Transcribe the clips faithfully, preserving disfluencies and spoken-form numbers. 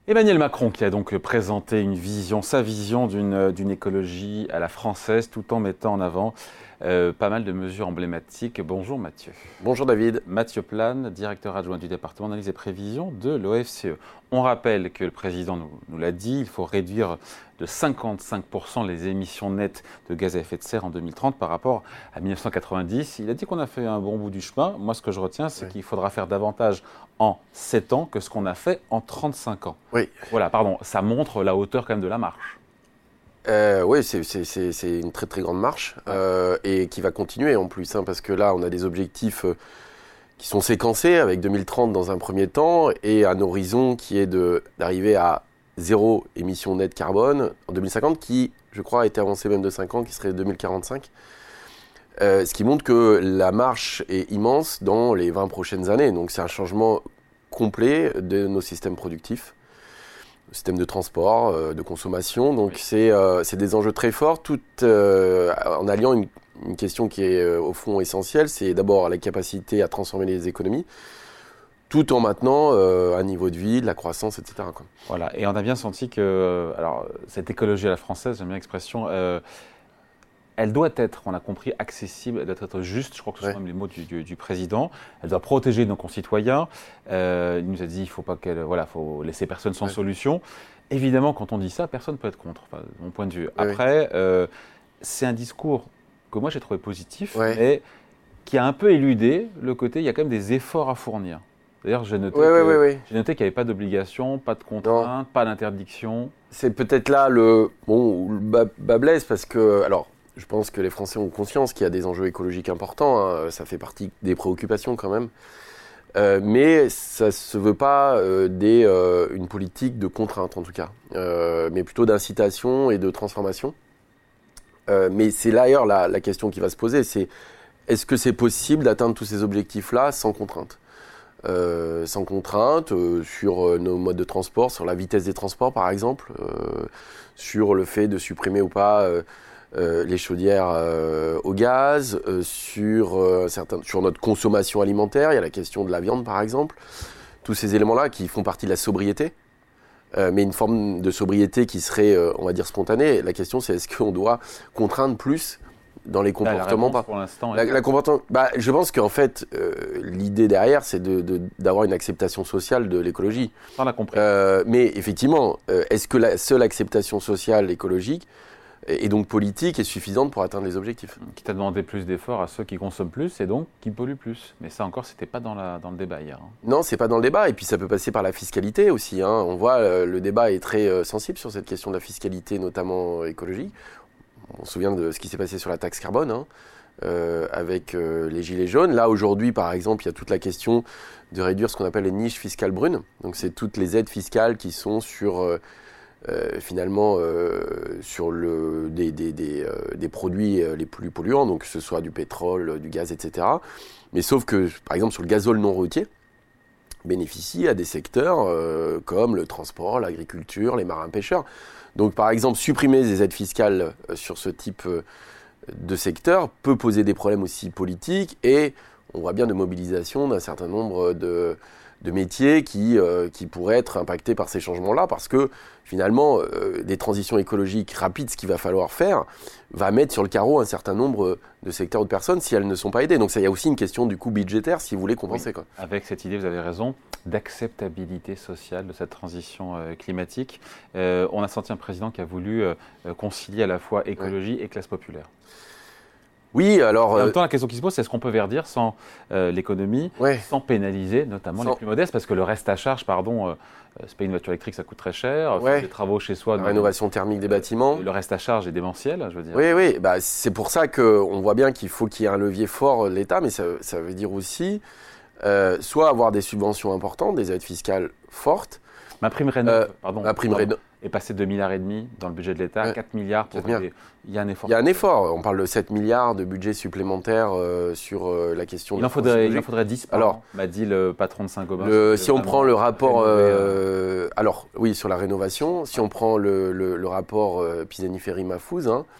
Emmanuel Macron qui a donc présenté une vision, sa vision d'une, d'une écologie à la française, tout en mettant en avant euh, pas mal de mesures emblématiques. Bonjour Mathieu. Bonjour David. Mathieu Plane, directeur adjoint du département d'analyse et prévision de l'O F C E. On rappelle que le président nous, nous l'a dit, il faut réduire de cinquante-cinq pour cent les émissions nettes de gaz à effet de serre en deux mille trente par rapport à mille neuf cent quatre-vingt-dix. Il a dit qu'on a fait un bon bout du chemin. Moi, ce que je retiens, c'est oui. qu'il faudra faire davantage en sept ans que ce qu'on a fait en trente-cinq ans. Oui. Voilà, pardon, ça montre la hauteur quand même de la marche. Euh, oui, c'est, c'est, c'est, c'est une très très grande marche euh, et qui va continuer en plus, hein, parce que là, on a des objectifs euh, qui sont séquencés avec deux mille trente dans un premier temps et un horizon qui est de, d'arriver à zéro émission nette carbone en deux mille cinquante, qui, je crois, a été avancé même de cinq ans, qui serait deux mille quarante-cinq. Euh, ce qui montre que la marche est immense dans les vingt prochaines années. Donc c'est un changement complet de nos systèmes productifs, système de transport, euh, de consommation. Donc oui. c'est, euh, c'est des enjeux très forts, tout euh, en alliant une, une question qui est euh, au fond essentielle, c'est d'abord la capacité à transformer les économies, tout en maintenant euh, un niveau de vie, de la croissance, et cetera, quoi. Voilà, et on a bien senti que alors, cette écologie à la française, j'aime bien l'expression, euh, elle doit être, on l'a compris, accessible, elle doit être juste, je crois que ce sont ouais. même les mots du, du, du président. Elle doit protéger nos concitoyens. Euh, il nous a dit qu'il ne faut pas qu'elle, voilà, faut laisser personne sans ouais. solution. Évidemment, quand on dit ça, personne ne peut être contre, enfin, de mon point de vue. Ouais, Après, ouais. Euh, c'est un discours que moi j'ai trouvé positif, ouais. mais qui a un peu éludé le côté, il y a quand même des efforts à fournir. D'ailleurs, j'ai noté, ouais, que, ouais, ouais. j'ai noté qu'il n'y avait pas d'obligation, pas de contrainte, pas d'interdiction. C'est peut-être là le, bon, le bas, bas blesse, parce que, alors, je pense que les Français ont conscience qu'il y a des enjeux écologiques importants, hein, ça fait partie des préoccupations quand même, euh, mais ça ne se veut pas euh, des, euh, une politique de contrainte en tout cas, euh, mais plutôt d'incitation et de transformation. Euh, mais c'est là ailleurs la, la question qui va se poser, c'est est-ce que c'est possible d'atteindre tous ces objectifs-là sans contrainte ? Euh, sans contrainte, euh, sur euh, nos modes de transport, sur la vitesse des transports par exemple, euh, sur le fait de supprimer ou pas euh, euh, les chaudières euh, au gaz, euh, sur, euh, certains, sur notre consommation alimentaire, il y a la question de la viande par exemple, tous ces éléments-là qui font partie de la sobriété, euh, mais une forme de sobriété qui serait, euh, on va dire, spontanée. La question c'est est-ce qu'on doit contraindre plus dans les comportements la pas pour l'instant, la, la comportement, bah, je pense qu'en fait euh, l'idée derrière c'est de, de, d'avoir une acceptation sociale de l'écologie. On l'a compris. Euh, mais effectivement, euh, est-ce que la seule acceptation sociale écologique et donc politique est suffisante pour atteindre les objectifs ? Qui t'a demandé plus d'efforts à ceux qui consomment plus et donc qui polluent plus. Mais ça encore, c'était pas dans, la, dans le débat hier. Hein. Non, c'est pas dans le débat. Et puis ça peut passer par la fiscalité aussi. Hein. On voit euh, le débat est très euh, sensible sur cette question de la fiscalité, notamment euh, écologique. On se souvient de ce qui s'est passé sur la taxe carbone, hein, euh, avec euh, les gilets jaunes. Là, aujourd'hui, par exemple, il y a toute la question de réduire ce qu'on appelle les niches fiscales brunes. Donc, c'est toutes les aides fiscales qui sont sur, euh, euh, finalement, euh, sur le, des, des, des, euh, des produits les plus polluants, donc que ce soit du pétrole, du gaz, et cetera. Mais sauf que, par exemple, sur le gazole non routier, bénéficie à des secteurs euh, comme le transport, l'agriculture, les marins-pêcheurs. Donc, par exemple, supprimer des aides fiscales sur ce type de secteur peut poser des problèmes aussi politiques et on voit bien de mobilisation d'un certain nombre de, de métiers qui, euh, qui pourraient être impactés par ces changements-là parce que finalement, euh, des transitions écologiques rapides, ce qu'il va falloir faire, va mettre sur le carreau un certain nombre de secteurs ou de personnes si elles ne sont pas aidées. Donc, il y a aussi une question du coût budgétaire si vous voulez compenser. Oui. Quoi. Avec cette idée, vous avez raison, d'acceptabilité sociale de cette transition euh, climatique. Euh, on a senti un président qui a voulu euh, concilier à la fois écologie ouais. et classe populaire. Oui, alors... En même temps, la question qui se pose, c'est est-ce qu'on peut verdir sans euh, l'économie, ouais. sans pénaliser notamment sans... les plus modestes, parce que le reste à charge, pardon, euh, c'est pas une voiture électrique, ça coûte très cher, ouais. des travaux chez soi... La rénovation thermique des bâtiments. Le reste à charge est démentiel, je veux dire. Oui, oui, bah, c'est pour ça qu'on voit bien qu'il faut qu'il y ait un levier fort de l'État, mais ça, ça veut dire aussi euh, soit avoir des subventions importantes, des aides fiscales fortes. Ma prime rénov, euh, pardon, ma prime rénov... est passée de deux milliards et demi dans le budget de l'État à quatre milliards pour des... Il y a un effort. Il y a un effort. On parle de sept milliards de budget supplémentaire euh, sur euh, la question il de en faudrait, Il en faudrait dix par alors, an, m'a dit le patron de Saint-Gobain. Le, si on prend le rapport... Euh, alors, oui, sur la rénovation. Si on prend le, le, le rapport euh, Pisani-Ferry-Mafouze, hein,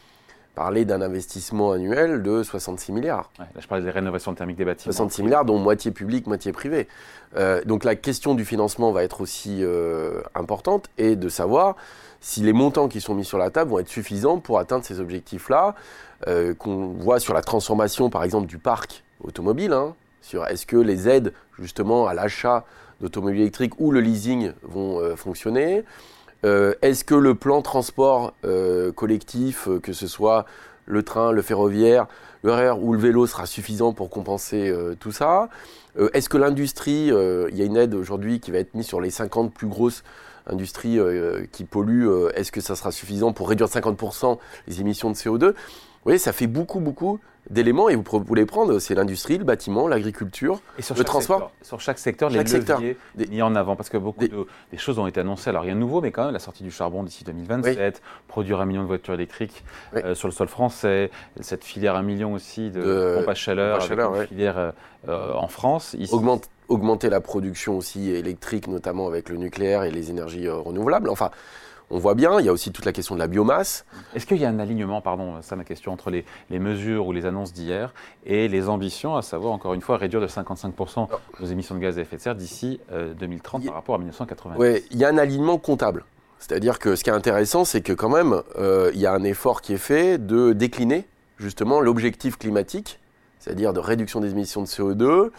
parlait d'un investissement annuel de soixante-six milliards. Ouais, là, je parlais des rénovations thermiques des bâtiments. soixante-six milliards, dont moitié public, moitié privé. Euh, donc la question du financement va être aussi euh, importante et de savoir si les montants qui sont mis sur la table vont être suffisants pour atteindre ces objectifs-là, euh, qu'on voit sur la transformation, par exemple, du parc automobile, hein, sur est-ce que les aides, justement, à l'achat d'automobiles électriques ou le leasing vont euh, fonctionner. Euh, est-ce que le plan transport euh, collectif, euh, que ce soit le train, le ferroviaire, le R E R ou le vélo sera suffisant pour compenser euh, tout ça? euh, Est-ce que l'industrie, il euh, y a une aide aujourd'hui qui va être mise sur les cinquante plus grosses industries euh, qui polluent, euh, est-ce que ça sera suffisant pour réduire de cinquante pour cent les émissions de C O deux? Vous voyez, ça fait beaucoup, beaucoup d'éléments et vous pouvez les prendre, c'est l'industrie, le bâtiment, l'agriculture, et sur le transport. Secteur, sur chaque secteur, chaque les secteur. leviers Des... mis en avant, parce que beaucoup des... de des choses ont été annoncées. Alors rien de nouveau, mais quand même la sortie du charbon d'ici deux mille vingt-sept, oui. produire un million de voitures électriques oui. euh, sur le sol français, cette filière un million aussi de, de... pompes à chaleur, pompe à chaleur avec ouais. une filière euh, en France. Ici. Augmente, augmenter la production aussi électrique, notamment avec le nucléaire et les énergies euh, renouvelables. Enfin, on voit bien, il y a aussi toute la question de la biomasse. Est-ce qu'il y a un alignement, pardon, c'est ma question, entre les, les mesures ou les annonces d'hier et les ambitions, à savoir, encore une fois, réduire de cinquante-cinq pour cent nos émissions de gaz à effet de serre d'ici euh, deux mille trente a... par rapport à mille neuf cent quatre-vingt-dix? Oui, il y a un alignement comptable. C'est-à-dire que ce qui est intéressant, c'est que quand même, euh, il y a un effort qui est fait de décliner justement l'objectif climatique, c'est-à-dire de réduction des émissions de C O deux,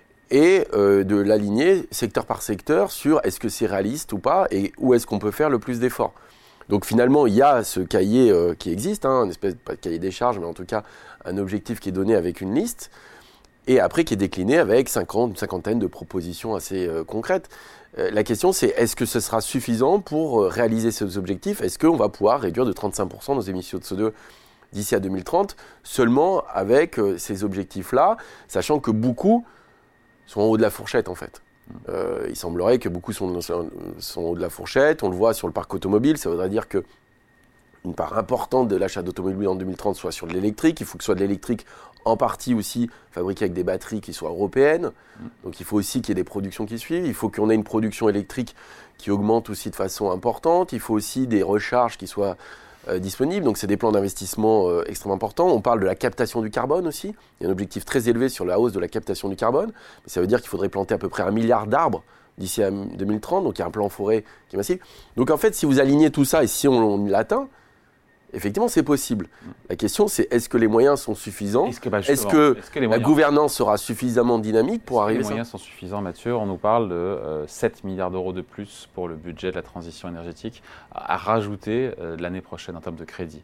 et euh, de l'aligner secteur par secteur sur est-ce que c'est réaliste ou pas et où est-ce qu'on peut faire le plus d'efforts. Donc finalement, il y a ce cahier euh, qui existe, hein, une espèce de, pas de cahier des charges, mais en tout cas un objectif qui est donné avec une liste, et après qui est décliné avec cinquante, une cinquantaine de propositions assez euh, concrètes. Euh, la question c'est est-ce que ce sera suffisant pour euh, réaliser ces objectifs? Est-ce qu'on va pouvoir réduire de trente-cinq pour cent nos émissions de C O deux d'ici à deux mille trente seulement avec euh, ces objectifs-là, sachant que beaucoup sont en haut de la fourchette en fait. Euh, il semblerait que beaucoup sont, sont, sont en haut de la fourchette, on le voit sur le parc automobile, ça voudrait dire qu'une part importante de l'achat d'automobiles en deux mille trente soit sur de l'électrique, il faut que ce soit de l'électrique en partie aussi fabriquée avec des batteries qui soient européennes, donc il faut aussi qu'il y ait des productions qui suivent, il faut qu'on ait une production électrique qui augmente aussi de façon importante, il faut aussi des recharges qui soient Euh, disponibles, donc c'est des plans d'investissement euh, extrêmement importants. On parle de la captation du carbone aussi, il y a un objectif très élevé sur la hausse de la captation du carbone, mais ça veut dire qu'il faudrait planter à peu près un milliard d'arbres d'ici à deux mille trente, donc il y a un plan forêt qui est massif. Donc en fait, si vous alignez tout ça et si on, on l'atteint, effectivement c'est possible. La question c'est est-ce que les moyens sont suffisants? Est-ce que, bah est-ce que, est-ce que la moyens... gouvernance sera suffisamment dynamique pour est-ce arriver à ça? Les moyens sont suffisants, Mathieu. On nous parle de euh, sept milliards d'euros de plus pour le budget de la transition énergétique à, à rajouter euh, l'année prochaine en termes de crédit.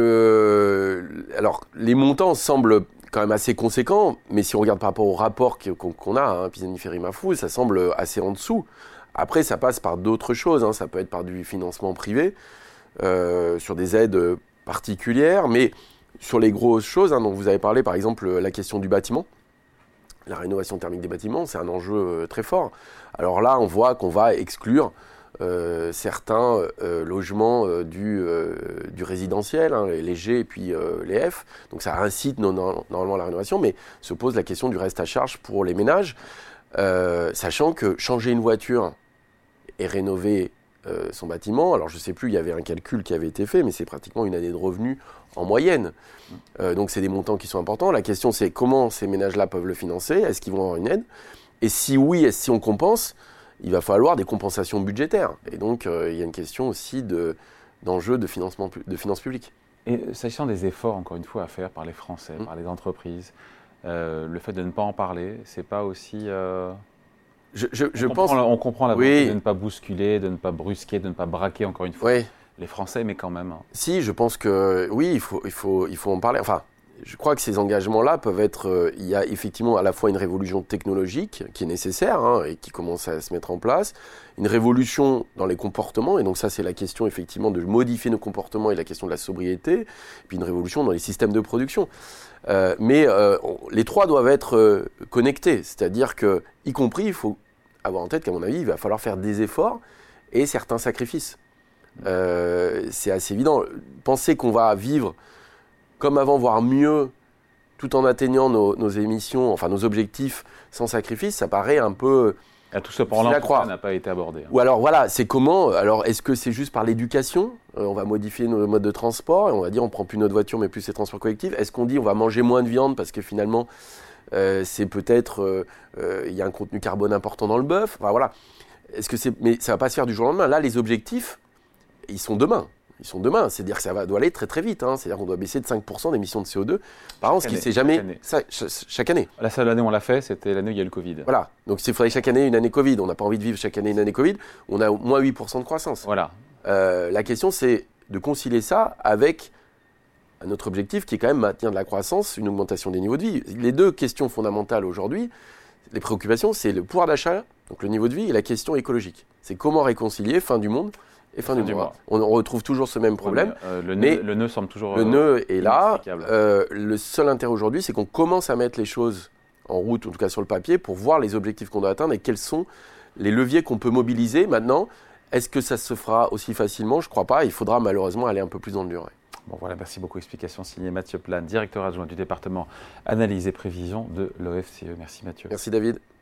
Le... Alors les montants semblent quand même assez conséquents, mais si on regarde par rapport au rapport qu'on, qu'on a, hein, Pisani-Ferry-Mafou, ça semble assez en dessous. Après ça passe par d'autres choses, hein, ça peut être par du financement privé, Euh, sur des aides particulières, mais sur les grosses choses, hein, dont vous avez parlé, par exemple, la question du bâtiment, la rénovation thermique des bâtiments, c'est un enjeu euh, très fort. Alors là, on voit qu'on va exclure euh, certains euh, logements euh, du, euh, du résidentiel, hein, les G et puis euh, les F, donc ça incite non, non, normalement la rénovation, mais se pose la question du reste à charge pour les ménages, euh, sachant que changer une voiture et rénover Euh, son bâtiment. Alors je ne sais plus, il y avait un calcul qui avait été fait, mais c'est pratiquement une année de revenus en moyenne. Euh, donc c'est des montants qui sont importants. La question c'est comment ces ménages-là peuvent le financer? Est-ce qu'ils vont avoir une aide? Et si oui, et si on compense, il va falloir des compensations budgétaires. Et donc euh, il y a une question aussi de, d'enjeu de financement de finances publiques. Et s'agissant des efforts, encore une fois, à faire par les Français, mmh. par les entreprises, euh, le fait de ne pas en parler, c'est pas aussi... Euh... Je, je, je on, pense... comprend, on comprend la volonté oui. de ne pas bousculer, de ne pas brusquer, de ne pas braquer, encore une fois, oui. les Français, mais quand même. Si, je pense que oui, il faut, il faut, il faut en parler. Enfin, je crois que ces engagements-là peuvent être... Euh, il y a effectivement à la fois une révolution technologique qui est nécessaire hein, et qui commence à se mettre en place, une révolution dans les comportements, et donc ça c'est la question effectivement de modifier nos comportements et la question de la sobriété, et puis une révolution dans les systèmes de production. Euh, mais euh, on, les trois doivent être euh, connectés, c'est-à-dire que, y compris, il faut avoir en tête qu'à mon avis, il va falloir faire des efforts et certains sacrifices. Euh, c'est assez évident. Penser qu'on va vivre comme avant, voire mieux, tout en atteignant nos, nos émissions, enfin nos objectifs sans sacrifice, ça paraît un peu Et tout ce pan-là n'a pas été abordé. Hein. Ou alors voilà, c'est comment? Alors est-ce que c'est juste par l'éducation? euh, On va modifier nos modes de transport et on va dire on prend plus notre voiture mais plus les transports collectifs. Est-ce qu'on dit on va manger moins de viande parce que finalement euh, c'est peut-être il euh, euh, y a un contenu carbone important dans le bœuf? Enfin voilà. Est-ce que c'est mais ça va pas se faire du jour au lendemain. Là les objectifs ils sont demain. Ils sont demain, c'est-à-dire que ça va, doit aller très très vite. Hein. C'est-à-dire qu'on doit baisser de cinq pour cent d'émissions de C O deux par an, ce qui ne s'est jamais. Chaque année. Ça, ch- chaque année. La seule année où on l'a fait, c'était l'année où il y a eu le Covid. Voilà. Donc il faudrait chaque année une année Covid. On n'a pas envie de vivre chaque année une année Covid. On a au moins huit pour cent de croissance. Voilà. Euh, la question, c'est de concilier ça avec un autre objectif qui est quand même maintenir de la croissance, une augmentation des niveaux de vie. Les deux questions fondamentales aujourd'hui, les préoccupations, c'est le pouvoir d'achat, donc le niveau de vie, et la question écologique. C'est comment réconcilier fin du monde et fin, fin du, du mois. mois. On, on retrouve toujours ce même problème. Oui, euh, le, nœud, le nœud semble toujours. Le euh, nœud est là. Euh, le seul intérêt aujourd'hui, c'est qu'on commence à mettre les choses en route, en tout cas sur le papier, pour voir les objectifs qu'on doit atteindre et quels sont les leviers qu'on peut mobiliser. Maintenant, est-ce que ça se fera aussi facilement? Je ne crois pas. Il faudra malheureusement aller un peu plus dans le dur. Bon voilà, merci beaucoup. Explication signée Mathieu Plane, directeur adjoint du département Analyse et Prévision de l'O F C E. Merci Mathieu. Merci David.